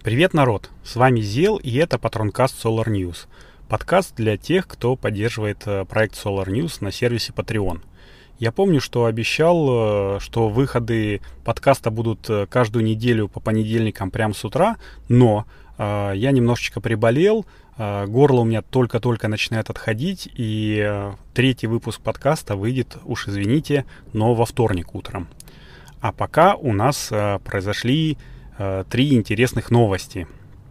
Привет, народ! С вами Зел, и это Патронкаст Solar News. Подкаст для тех, кто поддерживает проект Solar News на сервисе Patreon. Я помню, что обещал, что выходы подкаста будут каждую неделю по понедельникам прямо с утра, но я немножечко приболел, горло у меня только-только начинает отходить, и третий выпуск подкаста выйдет, уж извините, но во вторник утром. А пока у нас произошли три интересных новости.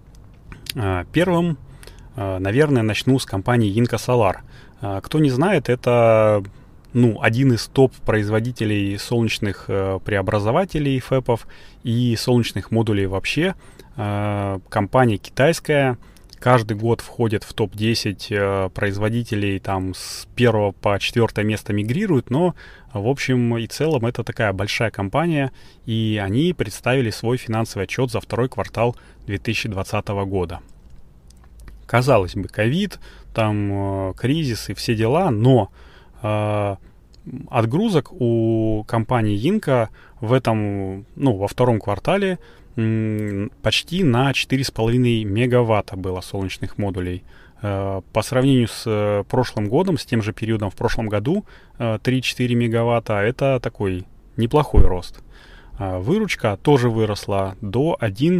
Первым, наверное, начну с компании Yinka Solar. Кто не знает, это один из топ-производителей солнечных преобразователей ФЭПов и солнечных модулей вообще. Компания китайская. Каждый год входит в топ-10 производителей, там с 1 по 4 место мигрируют, но в общем и целом это такая большая компания, и они представили свой финансовый отчет за второй квартал 2020 года. Казалось бы, ковид, там кризис и все дела, но отгрузок у компании Yinka в этом, во втором квартале почти на 4,5 мегаватта было солнечных модулей. По сравнению с прошлым годом, с тем же периодом в прошлом году, 3-4 мегаватта, это такой неплохой рост. Выручка тоже выросла до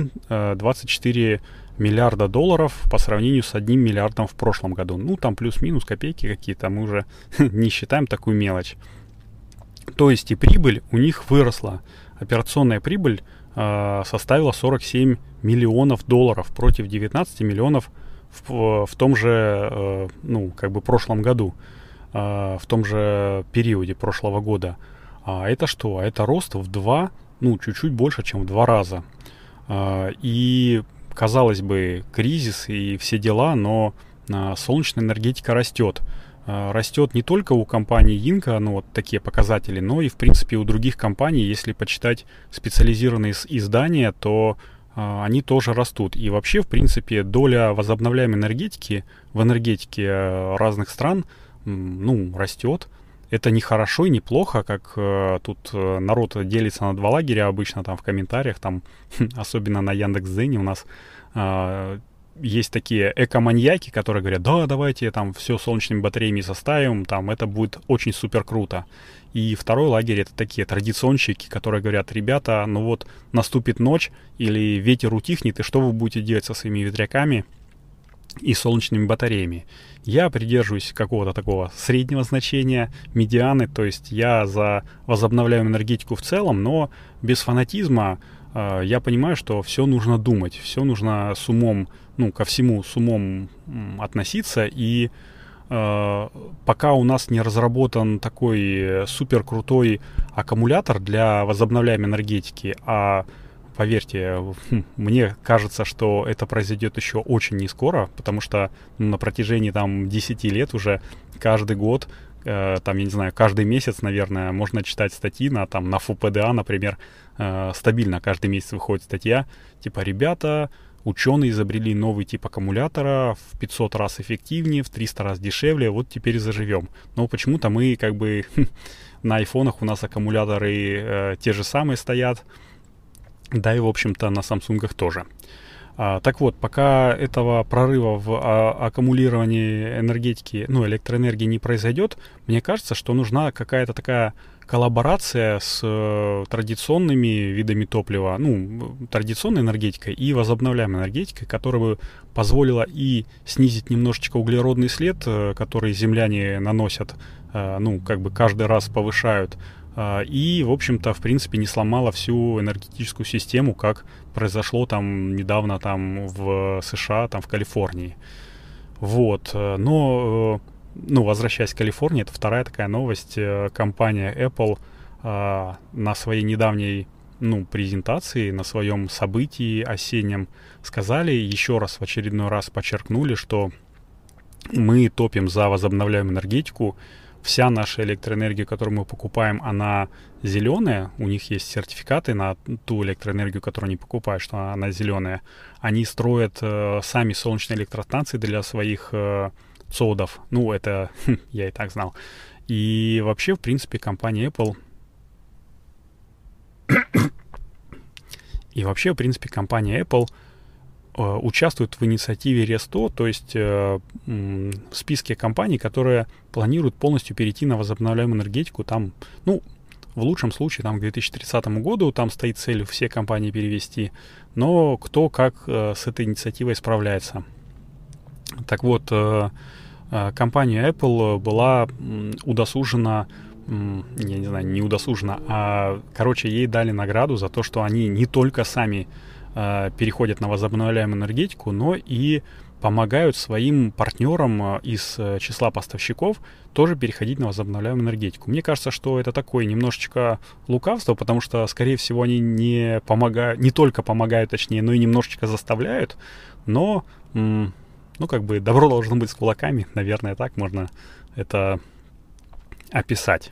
1,24 миллиарда долларов по сравнению с 1 миллиардом в прошлом году. Там плюс-минус копейки какие-то, мы уже не считаем такую мелочь. То есть и прибыль у них выросла. Операционная прибыль составила 47 миллионов долларов против 19 миллионов в том же, прошлом году, в том же периоде прошлого года. А это что? Это рост в чуть-чуть больше, чем в 2 раза. И, казалось бы, кризис и все дела, но солнечная энергетика растет. Растет не только у компании Yinka, такие показатели, но и, в принципе, у других компаний. Если почитать специализированные издания, то они тоже растут. И вообще, в принципе, доля возобновляемой энергетики в энергетике разных стран, растет. Это не хорошо и не плохо, как тут народ делится на 2 лагеря обычно там в комментариях, там, особенно на Яндекс.Дзене у нас есть такие эко-маньяки, которые говорят: да, давайте там все солнечными батареями заставим, там это будет очень супер круто. И второй лагерь — это такие традиционщики, которые говорят: ребята, наступит ночь или ветер утихнет, и что вы будете делать со своими ветряками и солнечными батареями? Я придерживаюсь какого-то такого среднего значения, медианы, то есть я за возобновляемую энергетику в целом, но без фанатизма. Я понимаю, что все нужно думать, все нужно с умом, ко всему с умом относиться, и пока у нас не разработан такой супер крутой аккумулятор для возобновляемой энергетики, а поверьте, мне кажется, что это произойдет еще очень не скоро, потому что на протяжении 10 лет уже каждый год, каждый месяц, наверное, можно читать статьи на ФУПДА, например, стабильно каждый месяц выходит статья, типа: ребята, ученые изобрели новый тип аккумулятора в 500 раз эффективнее, в 300 раз дешевле, вот теперь заживем. Но почему-то мы на айфонах у нас аккумуляторы те же самые стоят, да и, в общем-то, на самсунгах тоже. Так вот, пока этого прорыва в аккумулировании энергетики, электроэнергии не произойдет, мне кажется, что нужна какая-то такая коллаборация с традиционными видами топлива, традиционной энергетикой и возобновляемой энергетикой, которая бы позволила и снизить немножечко углеродный след, который земляне наносят, каждый раз повышают, и, в общем-то, в принципе, не сломала всю энергетическую систему, как произошло недавно в США, в Калифорнии. Но, возвращаясь к Калифорнии, это вторая такая новость. Компания Apple на своей недавней презентации, на своем событии осеннем сказали, еще раз, в очередной раз подчеркнули, что мы топим за возобновляемую энергетику. Вся наша электроэнергия, которую мы покупаем, она зеленая. У них есть сертификаты на ту электроэнергию, которую они покупают, что она зеленая. Они строят сами солнечные электростанции для своих ЦОДов. Это я и так знал. И вообще, в принципе, компания Apple участвуют в инициативе РЕС-100, то есть в списке компаний, которые планируют полностью перейти на возобновляемую энергетику. Там, ну, в лучшем случае, там, к 2030 году там стоит цель все компании перевести, но кто как с этой инициативой справляется. Так вот, компания Apple была удосужена, я не знаю, не удосужена, а, короче, ей дали награду за то, что они не только сами переходят на возобновляемую энергетику, но и помогают своим партнерам из числа поставщиков тоже переходить на возобновляемую энергетику. Мне кажется, что это такое немножечко лукавство, потому что, скорее всего, они не помогают, не только помогают, точнее, но и немножечко заставляют, но, ну, как бы добро должно быть с кулаками, наверное, так можно это описать.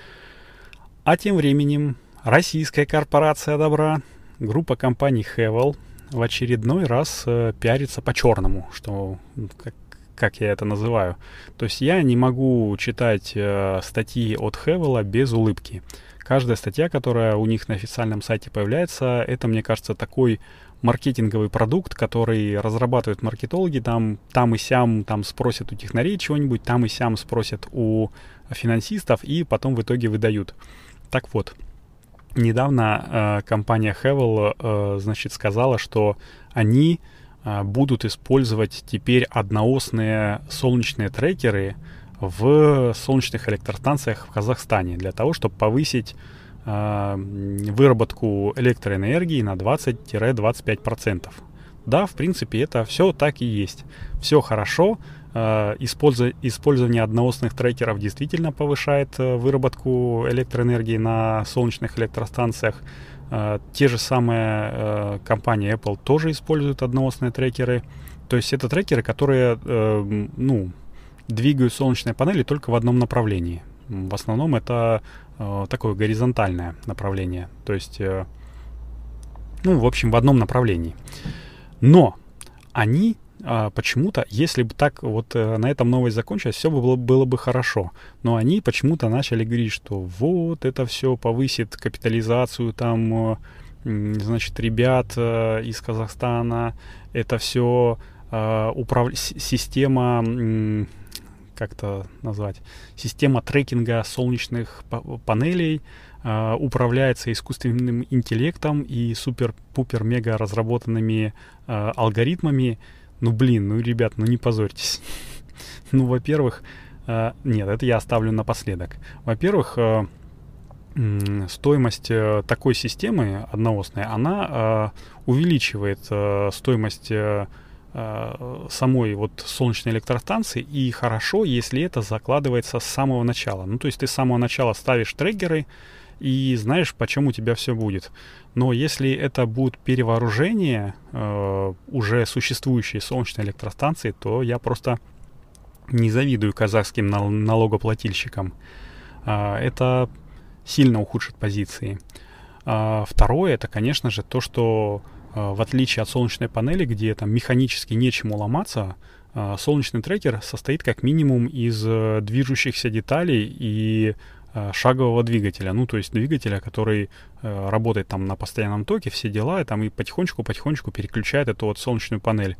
А тем временем российская корпорация добра, группа компаний Havells, в очередной раз пиарится по-черному, что, как я это называю. То есть я не могу читать статьи от Havells без улыбки. Каждая статья, которая у них на официальном сайте появляется, это, мне кажется, такой маркетинговый продукт, который разрабатывают маркетологи, там и сям там спросят у технарей чего-нибудь, там и сям спросят у финансистов, и потом в итоге выдают. Так вот, недавно компания Havells, значит, сказала, что они будут использовать теперь одноосные солнечные трекеры в солнечных электростанциях в Казахстане для того, чтобы повысить выработку электроэнергии на 20-25%. Да, в принципе, это все так и есть. Все хорошо. Использование одноосных трекеров действительно повышает выработку электроэнергии на солнечных электростанциях. Те же самые компании Apple тоже используют одноосные трекеры. То есть это трекеры, которые двигают солнечные панели только в одном направлении. В основном это такое горизонтальное направление. То есть, в общем, в одном направлении. Но они почему-то, если бы так вот на этом новость закончилась, все было бы хорошо. Но они почему-то начали говорить, что вот это все повысит капитализацию там, значит, ребят из Казахстана. Это все система, как-то назвать, система трекинга солнечных панелей управляется искусственным интеллектом и супер-пупер-мега разработанными алгоритмами. Ребят, не позорьтесь. Во-первых, нет, это я оставлю напоследок. Во-первых, стоимость такой системы одноосной, она увеличивает стоимость самой вот солнечной электростанции, и хорошо, если это закладывается с самого начала. То есть ты с самого начала ставишь трекеры и знаешь, почем у тебя все будет. Но если это будет перевооружение уже существующей солнечной электростанции, то я просто не завидую казахским налогоплательщикам. Это сильно ухудшит позиции. Второе, это, конечно же, то, что в отличие от солнечной панели, где там механически нечему ломаться, солнечный трекер состоит как минимум из движущихся деталей и шагового двигателя. То есть двигателя, который работает там на постоянном токе, все дела, и потихонечку переключает эту вот солнечную панель.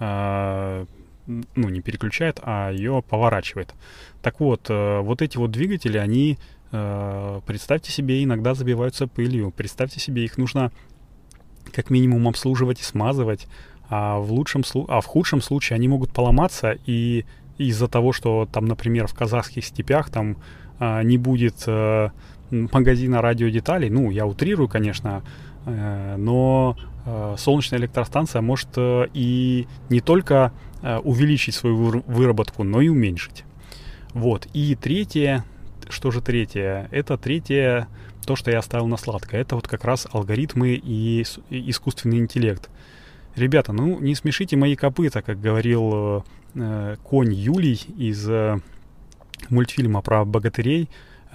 Не переключает, а ее поворачивает. Так вот, вот эти вот двигатели, они, представьте себе, иногда забиваются пылью. Представьте себе, их нужно как минимум обслуживать и смазывать, а в худшем случае они могут поломаться, и из-за того, что там, например, в казахских степях там не будет магазина радиодеталей, я утрирую, конечно, но солнечная электростанция может и не только увеличить свою выработку, но и уменьшить. Вот. И третье, что же третье? Это третье, то, что я оставил на сладкое. Это вот как раз алгоритмы и искусственный интеллект. Ребята, не смешите мои копыта, как говорил конь Юлий из мультфильма про богатырей.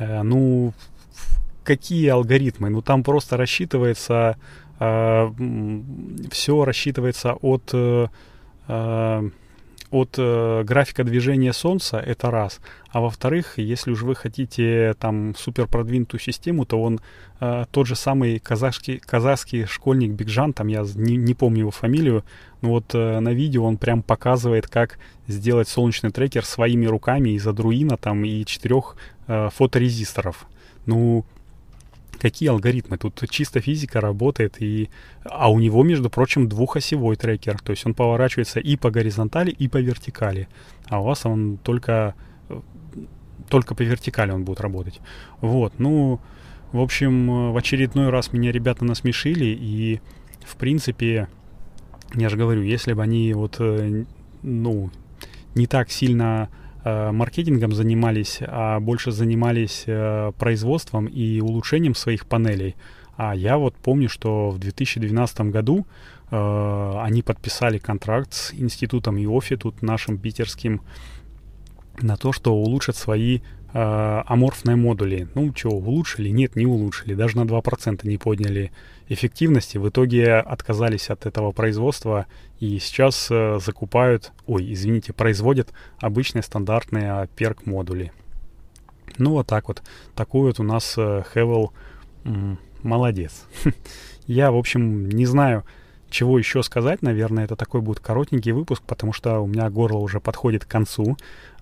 Какие алгоритмы? Там просто рассчитывается, все рассчитывается от от графика движения Солнца, это раз. А во-вторых, если уж вы хотите там супер продвинутую систему, то он тот же самый казахский школьник Бигжан, там я не помню его фамилию, но вот на видео он прям показывает, как сделать солнечный трекер своими руками из Arduino там и 4 фоторезисторов. Ну, какие алгоритмы? Тут чисто физика работает, а у него, между прочим, двухосевой трекер. То есть он поворачивается и по горизонтали, и по вертикали. А у вас он только по вертикали он будет работать. Вот, ну, в общем, в очередной раз меня ребята насмешили, и, в принципе, я же говорю, если бы они вот, ну, не так сильно маркетингом занимались, а больше занимались производством и улучшением своих панелей. А я вот помню, что в 2012 году они подписали контракт с институтом ИОФИ, тут нашим питерским, на то, что улучшат свои аморфные модули. Ну, что, улучшили? Нет, не улучшили. Даже на 2% не подняли эффективности. В итоге отказались от этого производства и сейчас производят обычные стандартные PERC-модули. Ну, вот так вот. Такой вот у нас Havel молодец. Я, в общем, не знаю, чего еще сказать. Наверное, это такой будет коротенький выпуск, потому что у меня горло уже подходит к концу.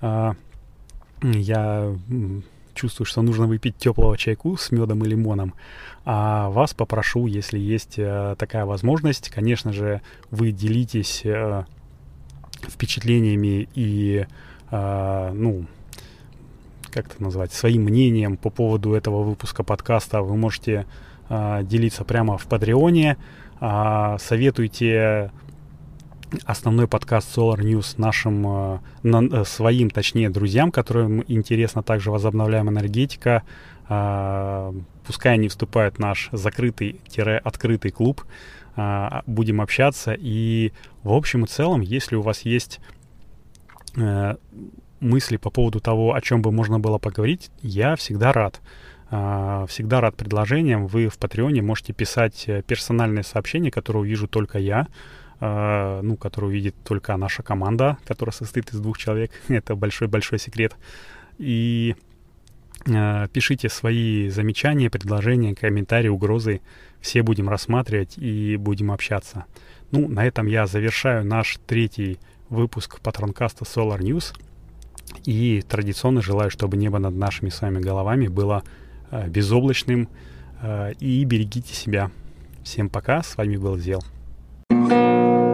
Я чувствую, что нужно выпить теплого чайку с медом и лимоном. А вас попрошу, если есть такая возможность, конечно же, вы делитесь впечатлениями и, ну, как это назвать, своим мнением по поводу этого выпуска подкаста. Вы можете делиться прямо в Патреоне. Советуйте основной подкаст Solar News своим, точнее, друзьям, которым интересна также возобновляемая энергетика. Пускай они вступают в наш закрытый-открытый клуб. Будем общаться. И в общем и целом, если у вас есть мысли по поводу того, о чем бы можно было поговорить, я всегда рад. Всегда рад предложениям. Вы в Патреоне можете писать персональные сообщения, которые увижу только я, которую видит только наша команда, которая состоит из 2 человек. Это большой-большой секрет. И пишите свои замечания, предложения, комментарии, угрозы. Все будем рассматривать и будем общаться. Ну, на этом я завершаю наш 3-й выпуск патронкаста Solar News. И традиционно желаю, чтобы небо над нашими с вами головами было безоблачным. И берегите себя. Всем пока. С вами был Зел.